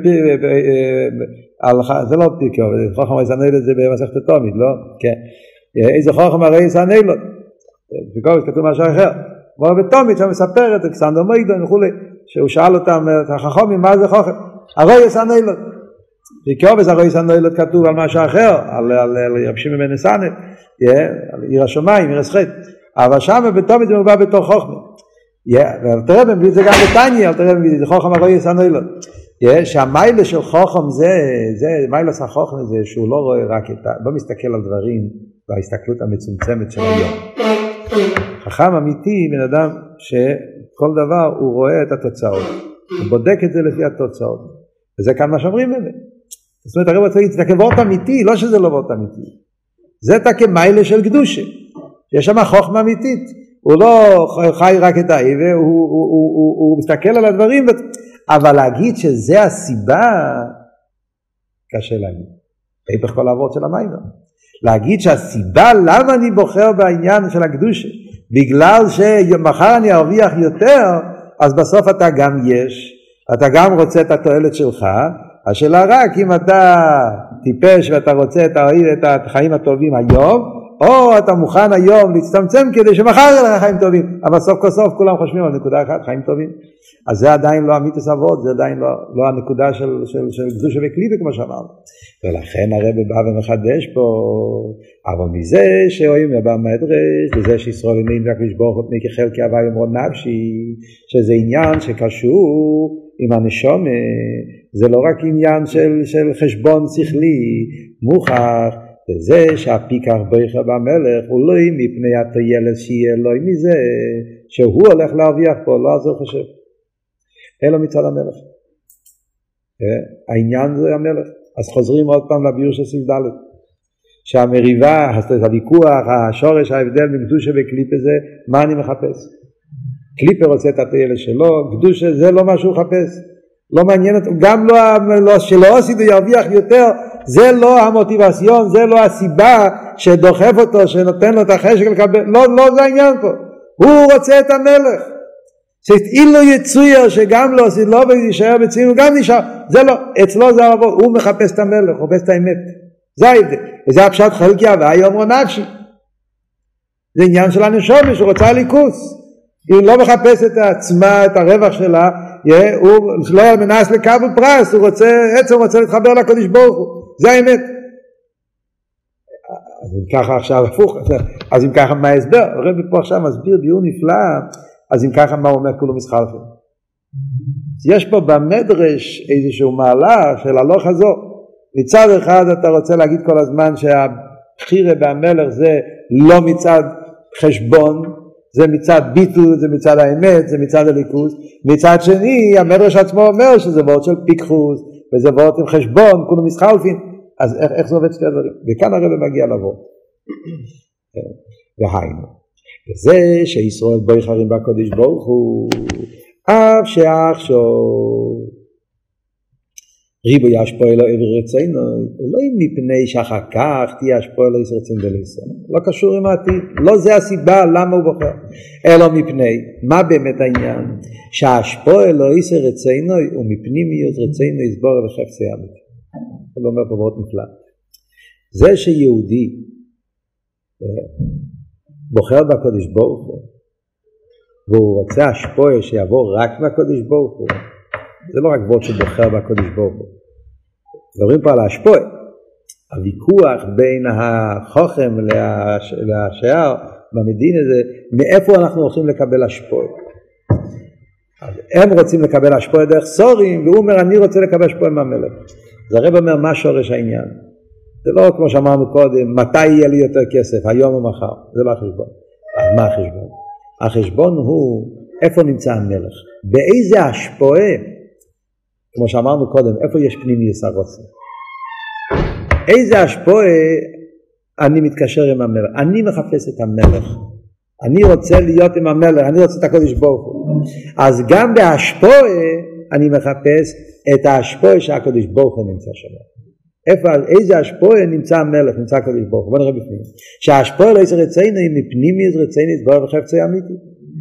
זה לא פיקר, חוכם הרוי יסנוילות זה במסכת תומית, לא? כן. איזה חוכם הרוי יסנוילות. בקובץ כתוב משהו אחר. כמו בתומית שמספר את אקסנדר מוידון וכו', שהוא שאל אותם, את החכמים, מה זה חוכם? הרוי יסנוילות. בקובץ הרוי יסנוילות כתוב על משהו אחר, על יבשים ממנו סנט, על עיר השומיים, עיר הסחט. אבל שם בתומית זה מובא בתור חוכמה. תראה במביא זה גם בטניה, תראה במביא זה חוכם הרוי יסנוילות. שהמיילה של חוכם זה מיילה של חוכם זה שהוא לא רואה רק לא מסתכל על דברים בהסתכלות המצומצמת של היום. חכם אמיתי בן אדם שכל דבר הוא רואה את התוצאות, הוא בודק את זה לפי התוצאות, וזה כאן מה שאומרים אלה. זאת אומרת הרב רוצה להגיד, זה כבורת אמיתי, לא שזה לא וורט אמיתי, זה כמיילה של קדושה, שיש שם חוכמה אמיתית, הוא לא חי רק את האיבה, הוא מסתכל על הדברים, אבל להגיד שזה הסיבה, קשה להגיד. היפך כל העבוד של המים. להגיד שהסיבה למה אני בוחר בעניין של הקדושה, בגלל שמחר אני ארוויח יותר, אז בסוף אתה גם אתה גם רוצה את התועלת שלך, השאלה רק אם אתה טיפש ואתה רוצה את החיים הטובים היום, או אתה מוכן היום להצטמצם כדי שמחר יהיה לך חיים טובים, אבל סוף כל סוף כולם חושבים על נקודה אחת, חיים טובים. אז זה עדיין לא אמיתוס אבות, זה עדיין לא הנקודה של קדושה וקליפה כמו שאמרנו. ולכן הרב בא ומחדש פה, אבל מזה שאוהים הבא מדרש, לזה שישראל עניין והקדוש ברוך הוא פני כחלקי הווה יאמרו נפשי, שזה עניין שקשור עם הנשמה, זה לא רק עניין של חשבון שכלי, מוכח, וזה שהפיקח בריחה במלך הוא לא מפני התוילת שיהיה לו מזה שהוא הולך להרוויח פה, לא אז הוא חושב אלא מצד המלך. העניין זה המלך. אז חוזרים עוד פעם לביור של סעיף ד' שהמריבה, הוויכוח, השורש, ההבדל בין קדושה וקליפה זה מה אני מחפש. קליפה רוצה את התוילת שלו, קדושה זה לא מה שהוא מחפש, לא מעניין אותו, גם לא שלא עשיתו ירוויח יותר, זה לא המוטיבציון, זה לא הסיבה שדוחף אותו, שנותן לו את החשק לקבל, לא זה העניין פה. הוא רוצה את המלך. שאילו יצויר שגם לא עשית לא וישאר בציון, הוא גם נשאר. זה לא, אצלו זה הרבות, הוא מחפש את המלך, הוא מחפש את האמת. זה ההבדל. וזה הפשט חלקי הווה יאמרו נפשי. זה עניין של הנשמה, שהוא רוצה ליכוס. היא לא מחפש את עצמה, את הרווח שלה, הוא לא מנס לקבל פרס, הוא רוצה להתחבר לקדוש ברוך הוא. זה האמת. אז אם ככה עכשיו הפוך, אז אם ככה מה ההסבר? הרב פה עכשיו מסביר ביור נפלא, אז אם ככה מה הוא אומר כולו מסחלפים? יש פה במדרש איזשהו מהלך של הלוך הזו, מצד אחד אתה רוצה להגיד כל הזמן שהבחירה בהמלך זה לא מצד חשבון, זה מצד ביטול, זה מצד האמת, זה מצד הליכוז. מצד שני המדרש עצמו אומר שזה וורט של פיקחוס וזה וורט עם חשבון, כולו מסחלפין. אז איך זה עובד שתי הדברים? וכאן הרב מגיע לבוא והיינו וזה שישראל בוחרים בקודש ברוך הוא אף שעכשיו ריבו ישפוע אלו עבר רצינו, לא מפני שאחר כך תהיה השפוע אלו יש רצין דליסה, לא קשור עם העתיד, לא זה הסיבה למה הוא בוחר, אלא מפני, מה באמת העניין? שהשפוע אלו יש רצינו ומפנימיות רצינו יסבור וחפצי אמת. הוא אומר פה מאוד נפלא. זה שיהודי בוחר בקודש ברוך הוא, והוא רוצה השפוע שיעבור רק מהקודש ברוך הוא, זה לא רק וורט שבוחר בקודש ברוך הוא. מדברים פה על ההשפוע. הוויכוח בין החוכם לשאר במדין הזה, מאיפה אנחנו הולכים לקבל השפוע. הם רוצים לקבל השפוע דרך סורים, והוא אומר אני רוצה לקבל השפוע מהמלך. זה הרב אומר מה שורש העניין. זה לא כמו שאמרנו קודם, מתי יהיה לי יותר כסף, היום או מחר. זה לא החשבון. אז מה החשבון? החשבון הוא איפה נמצא המלך. באיזה השפוע, כמו שאמרנו קודם, איפה יש פנימיות הרוצן? איזה השפוע אני מתקשר עם המלך? אני מחפש את המלך. אני רוצה להיות עם המלך, אני רוצה את הקודש ברוך הוא. אז גם בהשפוע אני מחפש את ההשפוע שהקודש ברוך הוא נמצא שם. איזה השפוע נמצא המלך, נמצא הקודש ברוך הוא. בוא נראה בפנים. שההשפוע לא יצא רצינו, היא מפנימיות רצינו, יסבור וחפצי אמיתי.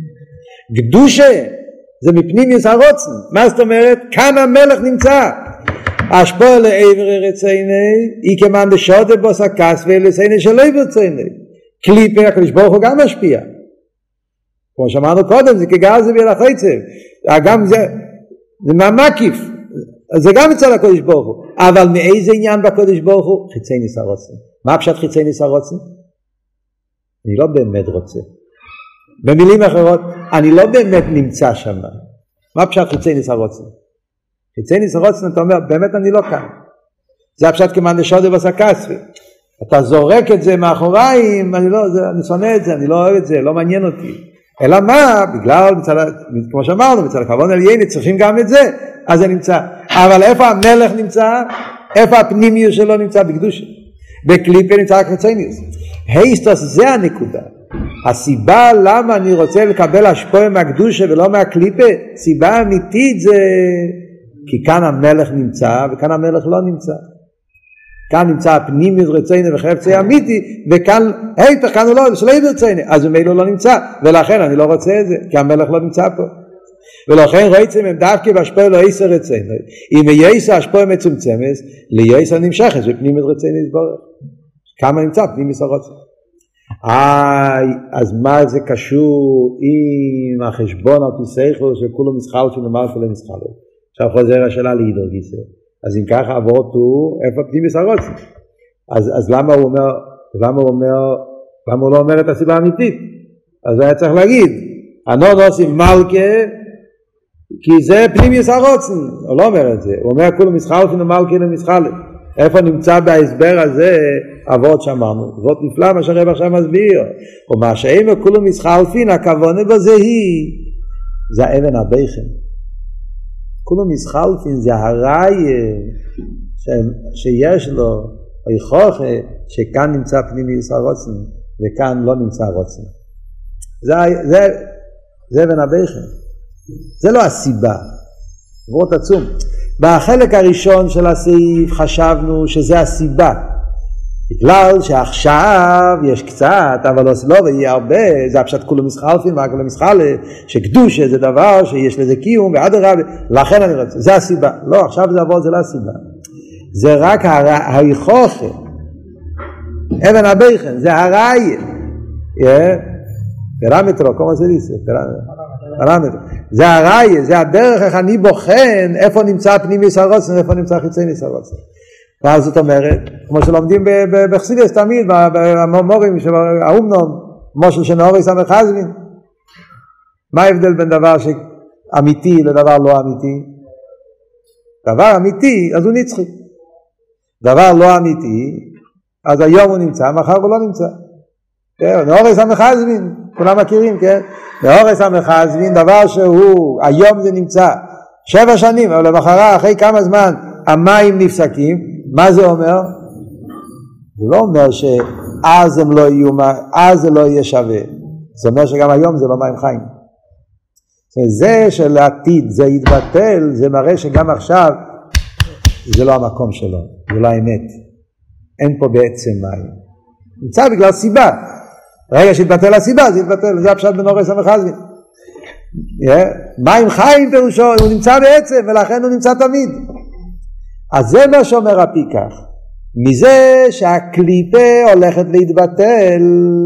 קדושה זה מפנימיות הרוצן. מה זאת אומרת? כאן המלך נמצא. השפוע לעבר רצינו, היא כמאן דשודה בו סקס ולצינו שלא יברצינו. קליפה, הקדוש ברוך הוא גם משפיע. כמו שאמרנו קודם, זה כגז זה ביל החצב. גם זה מהמקיף. זה גם אצל הקדוש ברוך הוא. אבל מאיזה עניין בקדוש ברוך הוא? חיצי ניס הרוצן. מה פשט חיצי ניס הרוצן? אני לא באמת רוצה. במילים אחרות, אני לא באמת נמצא שם. מה פשט חיצי ניס הרוצן? חיצי ניס הרוצן, אתה אומר, באמת אני לא כאן. זה הפשט כמאן דשודה בו סקס. אתה זורק את זה מאחוריים, אני שונא את זה, אני לא אוהב את זה, לא מעניין אותי. אלא מה? בגלל, כמו שאמרנו, מצד הכוון עלייני, צריכים גם את זה, אז זה נמצא. אבל איפה המלך נמצא? איפה הפנימיות שלו נמצא? בקדושה. בקליפה נמצא הקרצניוס. היסטוס, זה הנקודה. הסיבה למה אני רוצה לקבל השפוע מהקדושה ולא מהקליפה, סיבה אמיתית זה, כי כאן המלך נמצא, וכאן המלך לא נמצא. כאן נמצא הפנימיות רצינו וחפצי אמיתי, וכאן, היפך, כאן הוא לא, שלא יהיה רצינו, אז הוא מילא לא נמצא, ולכן אני לא רוצה את זה, כי המלך לא נמצא פה. ולכן רצינו הם דווקא בהשפוע לא יסר רצינו, אם יסר השפוע מצומצמת, ליסר נמשכת, ופנימיות רצינו יסבורך. כמה נמצא פנימיות רצינו? אז מה זה קשור עם החשבון על פיסייכו, שכולו מסחלפים ומרפו למסחלפים? עכשיו חוזר השאלה להידור גיסר. אז אם ככה עבורת הוא, איפה פנימיות הרוצן? אז למה הוא לא אומר את הסיבה האמיתית? אז היה צריך להגיד, אנון עושים מלכה, כי זה פנימיות הרוצן. הוא לא אומר את זה, הוא אומר כולו מסחלפין ומלכה למסחלף. איפה נמצא בהסבר הזה עבורת שאמרנו? זאת נפלא מה שהרב עכשיו מסביר. ומה שאימא כולו מסחלפין, הכוונה בזה זה האבן הבכם. כולו מסחלפין זה הראיה שיש לו היכוחה שכאן נמצא פנימיות הרוצן וכאן לא נמצא הרוצן. זה אבן הבכם. זה לא הסיבה. עבורת עצום. בחלק הראשון של הסעיף חשבנו שזה הסיבה. בגלל שעכשיו יש קצת, אבל לא ויהיה הרבה, זה הפשט כולו מסחלפין, מה כולו מסחלף, שקדושה זה דבר שיש לזה קיום, ועד הרבה, לכן אני רוצה, זה הסיבה. לא, עכשיו זה עבור, זה לא הסיבה. זה רק ההיכוחה. אבן הבכן, זה הראיה. פרמטרו, כמו זה דיסה, פרמטרו. זה הראיה, זה הדרך איך אני בוחן, איפה נמצא פנימיות הרוצן, איפה נמצא חיצוניות הרוצן. ואז זאת אומרת, כמו שלומדים בחסידות תמיד, במורים של האומנום, מושל שנאורי סמך חזמין, מה ההבדל בין דבר אמיתי לדבר לא אמיתי? דבר אמיתי, אז הוא נצחי. דבר לא אמיתי, אז היום הוא נמצא, מחר הוא לא נמצא. נאורס המחזמין, כולם מכירים, כן? נאורס המחזמין, דבר שהוא, היום זה נמצא 7 שנים, אבל למחרה, אחרי כמה זמן המים נפסקים, מה זה אומר? זה לא אומר שאז הם לא יהיו, אז זה לא יהיה שווה. זה אומר שגם היום זה לא מים חיים. זה שלעתיד זה יתבטל, זה מראה שגם עכשיו זה לא המקום שלו, זה לא האמת. אין פה בעצם מים. נמצא בגלל סיבה. ברגע שהתבטל הסיבה, זה יתבטל. זה הפשט בנאורס המחזמין. מים חיים פירושו, הוא נמצא בעצם, ולכן הוא נמצא תמיד. אז זה מה שאומר הפיקח. מזה שהקליפה הולכת להתבטל,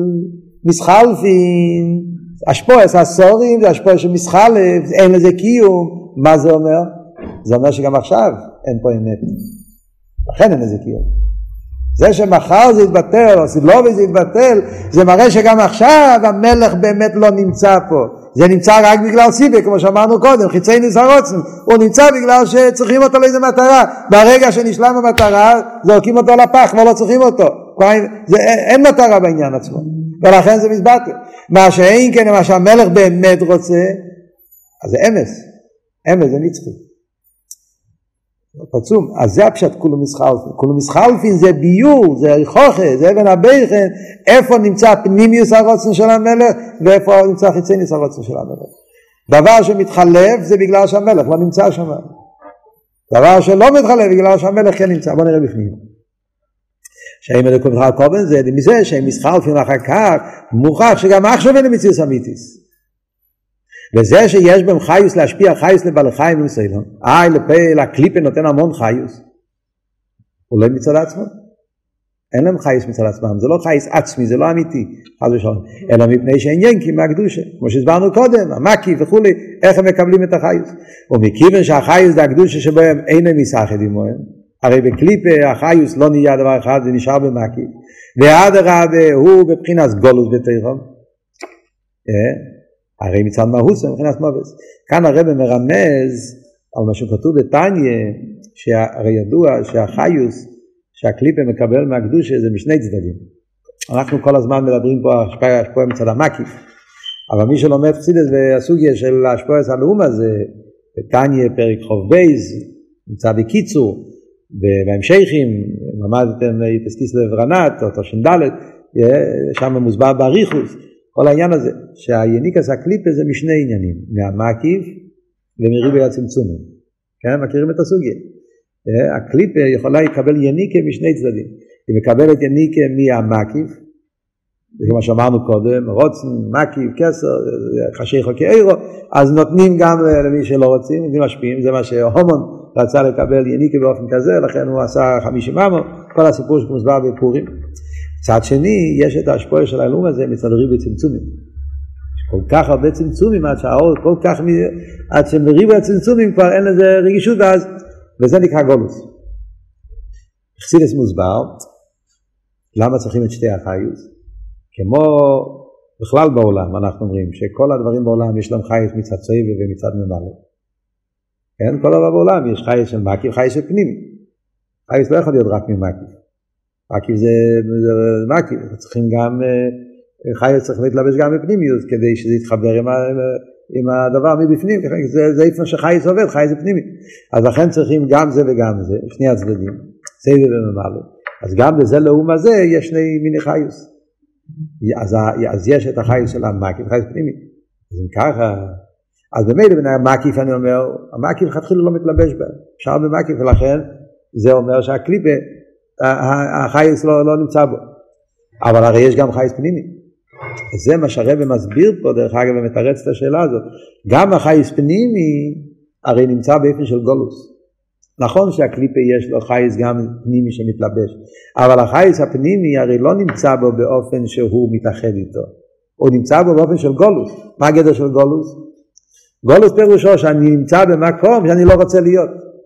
מסחלפין, השפועס הסורים, זה השפועס שמסחלף, אין לזה קיום. מה זה אומר? זה אומר שגם עכשיו אין פה אמת. לכן אין לזה קיום. זה שמחר זה יתבטל, או סילובי זה יתבטל, זה מראה שגם עכשיו המלך באמת לא נמצא פה. זה נמצא רק בגלל סיבה, כמו שאמרנו קודם, חיצי נסרוצן. הוא נמצא בגלל שצריכים אותו לאיזה מטרה. ברגע שנשלם המטרה, זורקים אותו לפח, כבר לא צריכים אותו. אין מטרה בעניין עצמו. ולכן זה מסבטל. מה שאין כן, מה שהמלך באמת רוצה, אז זה אמס. אמס זה נצחי. פצום. אז זה הפשט כולו מסחלפין. כולו מסחלפין זה ביור, זה ריחוכה, זה אבן הבכן. איפה נמצא פנימיוס הרוצן של המלך, ואיפה נמצא חיצוניוס הרוצן של המלך. דבר שמתחלף זה בגלל שהמלך לא נמצא שם. דבר שלא מתחלף בגלל שהמלך כן נמצא. בוא נראה בפנים. שהם אלוקות מחר קובן זה מזה שהם מסחלפין אחר כך, מוכח שגם עכשיו אין מציאוס אמיתיס. וזה שיש בהם חיוס להשפיע חיוס לבעלי חיים ומסוילון. לקליפה נותן המון חיוס. הוא לא מצד עצמו. אין להם חיוס מצד עצמם. זה לא חיוס עצמי, זה לא אמיתי. אלא מפני שאין ינקים מהקדושה. כמו שהסברנו קודם, המקי וכו', איך הם מקבלים את החיוס. ומכיוון שהחיוס זה הקדושה שבהם אין הם מסחד עמהם. הרי בקליפה החיוס לא נהיה דבר אחד, זה נשאר במקי. ועד הרבה הוא בבחינת גולוס בתיכון. הרי מצד מהוס מבחינת מובס. כאן הרב מרמז על מה שכתוב בתניא, שהרי ידוע שהחיוס שהקליפה מקבל מהקדושה זה משני צדדים. אנחנו כל הזמן מדברים פה השפוע מצד המקיף, אבל מי שלומד חסידות והסוגיה של השפוע הלאום הזה, בתניא פרק חוב בייז, נמצא בקיצור, בהמשכים, למדתם תסקיס לברנת, או תושנדלת, שם מוסבר באריכוס, כל העניין הזה, שהיניקס הקליפה זה משני עניינים, מהמקיף ומריבוי הצמצומים. כן, מכירים את הסוגיה. הקליפה יכולה לקבל יניקה משני צדדים. היא מקבלת יניקה מהמקיף, כמו שאמרנו קודם, רוצן, מקיף, כסר, חשי חוקי אירו, אז נותנים גם למי שלא רוצים, נותנים משפיעים, זה מה שהומון רצה לקבל יניקה באופן כזה, לכן הוא עשה 50 אמו, כל הסיפור שמוסבר בפורים. צד שני, יש את ההשפוע של האלום הזה מצד ריבוי צמצומים. כל כך הרבה צמצומים, עד שמריבוי הצמצומים כבר אין לזה רגישות, וזה נקרא גולוס. חסידס מוסבר, למה צריכים את שתי החיוס? כמו בכלל בעולם, אנחנו אומרים, שכל הדברים בעולם יש להם חייס מצד סויבה ומצד ממלא. כן? כל דבר בעולם יש חייס של מקיף, חייס של פנימי. חייס לא יכול להיות רק ממקיף. מקיף זה מקיף, צריכים גם, חייס צריך להתלבש גם בפנימיות, כדי שזה יתחבר עם הדבר מבפנים, זה איפה שחייס עובד, חייס זה פנימי. אז לכן צריכים גם זה וגם זה, שני הצדדים, סייבה וממלא. אז גם בזה לאום הזה יש שני מיני חייס. אז יש את החייס של המקיף, חייס פנימי. אז אם ככה, אז במילא בין המקיף אני אומר, המקיף חתחילה לא מתלבש בהם, אפשר במקיף, ולכן זה אומר שהקליפה, החייס לא נמצא בו. אבל הרי יש גם חייס פנימי. זה מה שהרב מסביר פה, דרך אגב, ומתרץ את השאלה הזאת. גם החייס פנימי הרי נמצא באופן של גולוס. נכון שהקליפה יש לו חייס גם פנימי שמתלבש, אבל החייס הפנימי הרי לא נמצא בו באופן שהוא מתאחד איתו. הוא נמצא בו באופן של גולוס. מה הגדר של גולוס? גולוס פירושו שאני נמצא במקום שאני לא רוצה להיות.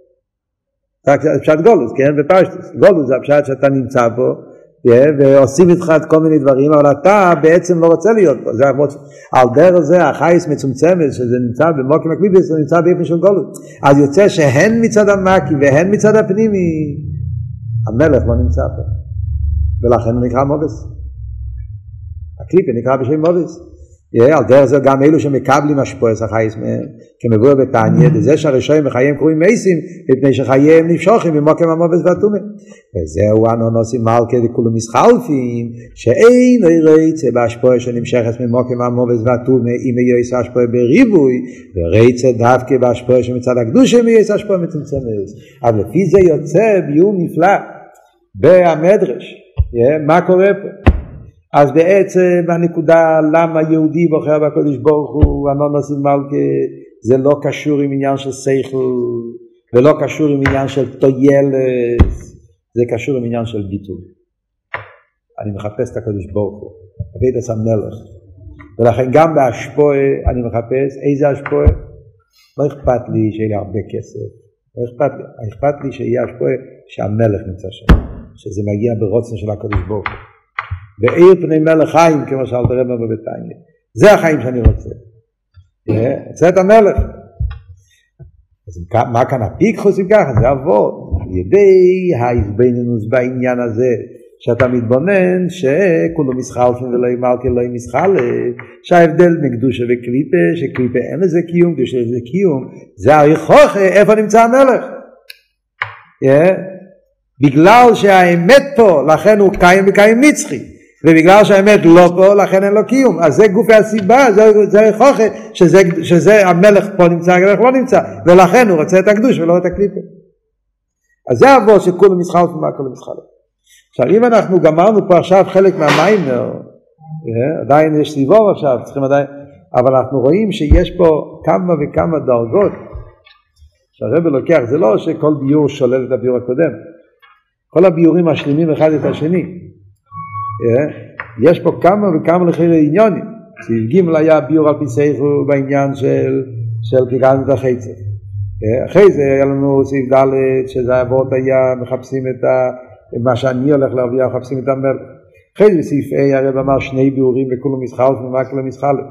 זה פשט גולוס, כן? בפשטוס. גולוס זה הפשט שאתה נמצא בו, ועושים איתך את כל מיני דברים, אבל אתה בעצם לא רוצה להיות פה. על דרך זה החייס מצומצמת, שזה נמצא במוקים הקליפה, זה נמצא באופן של גולוס. אז יוצא שהן מצד המקי והן מצד הפנימי, המלך לא נמצא פה, ולכן הוא נקרא מובס. הקליפה נקרא בשם מובס. על דרך זה גם אלו שמקבלים השפועס החייס מהם, כמבואר בתניא, זה שהראשונים בחייהם קרויים מייסים, מפני שחייהם נפשוכים ממוקם המובס והטומאה. וזהו אנו נוסעים מלכה לכולו מסחלפים, שאין רצה בהשפוע שנמשכת ממוקם המובס והטומאה, אם יועס השפוע בריבוי, ורצה דווקא בהשפוע שמצד הקדושה יועס השפוע מצומצמת. אבל לפי זה יוצא ביור נפלא במדרש. מה קורה פה? אז בעצם הנקודה למה יהודי בוחר בקדוש ברוך הוא, אנו נוסעים מלכה, זה לא קשור עם עניין של שכל, ולא קשור עם עניין של טוילת, זה קשור עם עניין של ביטול. אני מחפש את הקדוש ברוך הוא, עבד את המלך, ולכן גם בהשפוע אני מחפש איזה השפוע. לא אכפת לי שיהיה לי הרבה כסף, לא אכפת לי שיהיה השפוע שהמלך נמצא שם, שזה מגיע ברוצן של הקדוש ברוך הוא, בעיר פני מלך חיים, כמו שאלת רב בביתניה. זה החיים שאני רוצה. רוצה את המלך. אז מה כאן הפיקחוס אם ככה? זה עבוד. על ידי ההתבוננות בעניין הזה, שאתה מתבונן שכולו מסחלפים ולא מלכה לא מסחלף, שההבדל מקדושה וקליפה, שקליפה אין לזה קיום, קדושה לזה קיום, זה הריחוך, איפה נמצא המלך? בגלל שהאמת פה, לכן הוא קיים וקיים נצחי. ובגלל שהאמת לא פה, לכן אין לו קיום. אז זה גופי הסיבה, זה הריחוך, שזה המלך פה נמצא, המלך לא נמצא, ולכן הוא רוצה את הקדוש ולא את הקליפה. אז זה עבור שכולו מסחלף ומה כולו מסחלף. עכשיו, אם אנחנו גמרנו פה עכשיו חלק מהמיימר, עדיין יש סיבוב עכשיו, צריכים עדיין, אבל אנחנו רואים שיש פה כמה וכמה דרגות, שהרב לוקח, זה לא שכל ביור שולל את הביור הקודם, כל הביורים משלימים אחד את השני, יש פה כמה וכמה לחירי עניונים. סעיף ג' היה ביור על פי שכל בעניין של כגנת החצר, אחרי זה היה לנו סעיף ד' שזה אבות היה מחפשים את מה שאני הולך להביא, מחפשים את המלך. אחרי זה סעיף A הרב אמר שני ביורים לכולו מסחלף ומקלו מסחלף.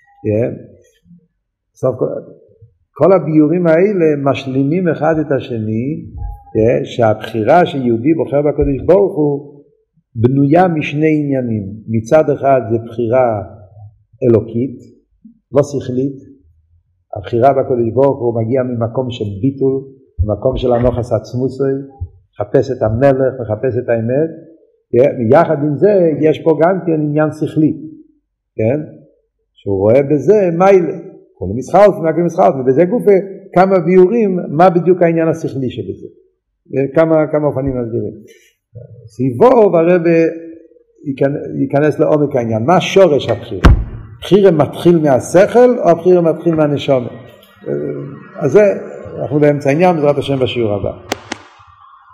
כל הביורים האלה משלימים אחד את השני, שהבחירה שיהודי בוחר בקדוש ברוך הוא בנויה משני עניינים. מצד אחד זה בחירה אלוקית, לא שכלית. הבחירה בקדוש ברוך הוא מגיע ממקום של ביטול, ממקום של הנוחס עצמוסי, מחפש את המלך, מחפש את האמת. יחד עם זה יש פה גם כן עניין שכלי, כן? שהוא רואה בזה מיילה, כל מסחלף, מקל מסחלף, ובזה גופה כמה ביורים, מה בדיוק העניין השכלי שבזה. כמה אופנים מסבירים. סיבוב הרב ייכנס לעומק העניין. מה שורש הבחירה? הבחירה מתחיל מהשכל או הבחירה מתחיל מהנשמה? אז זה, אנחנו באמצע העניין, בעזרת השם בשיעור הבא.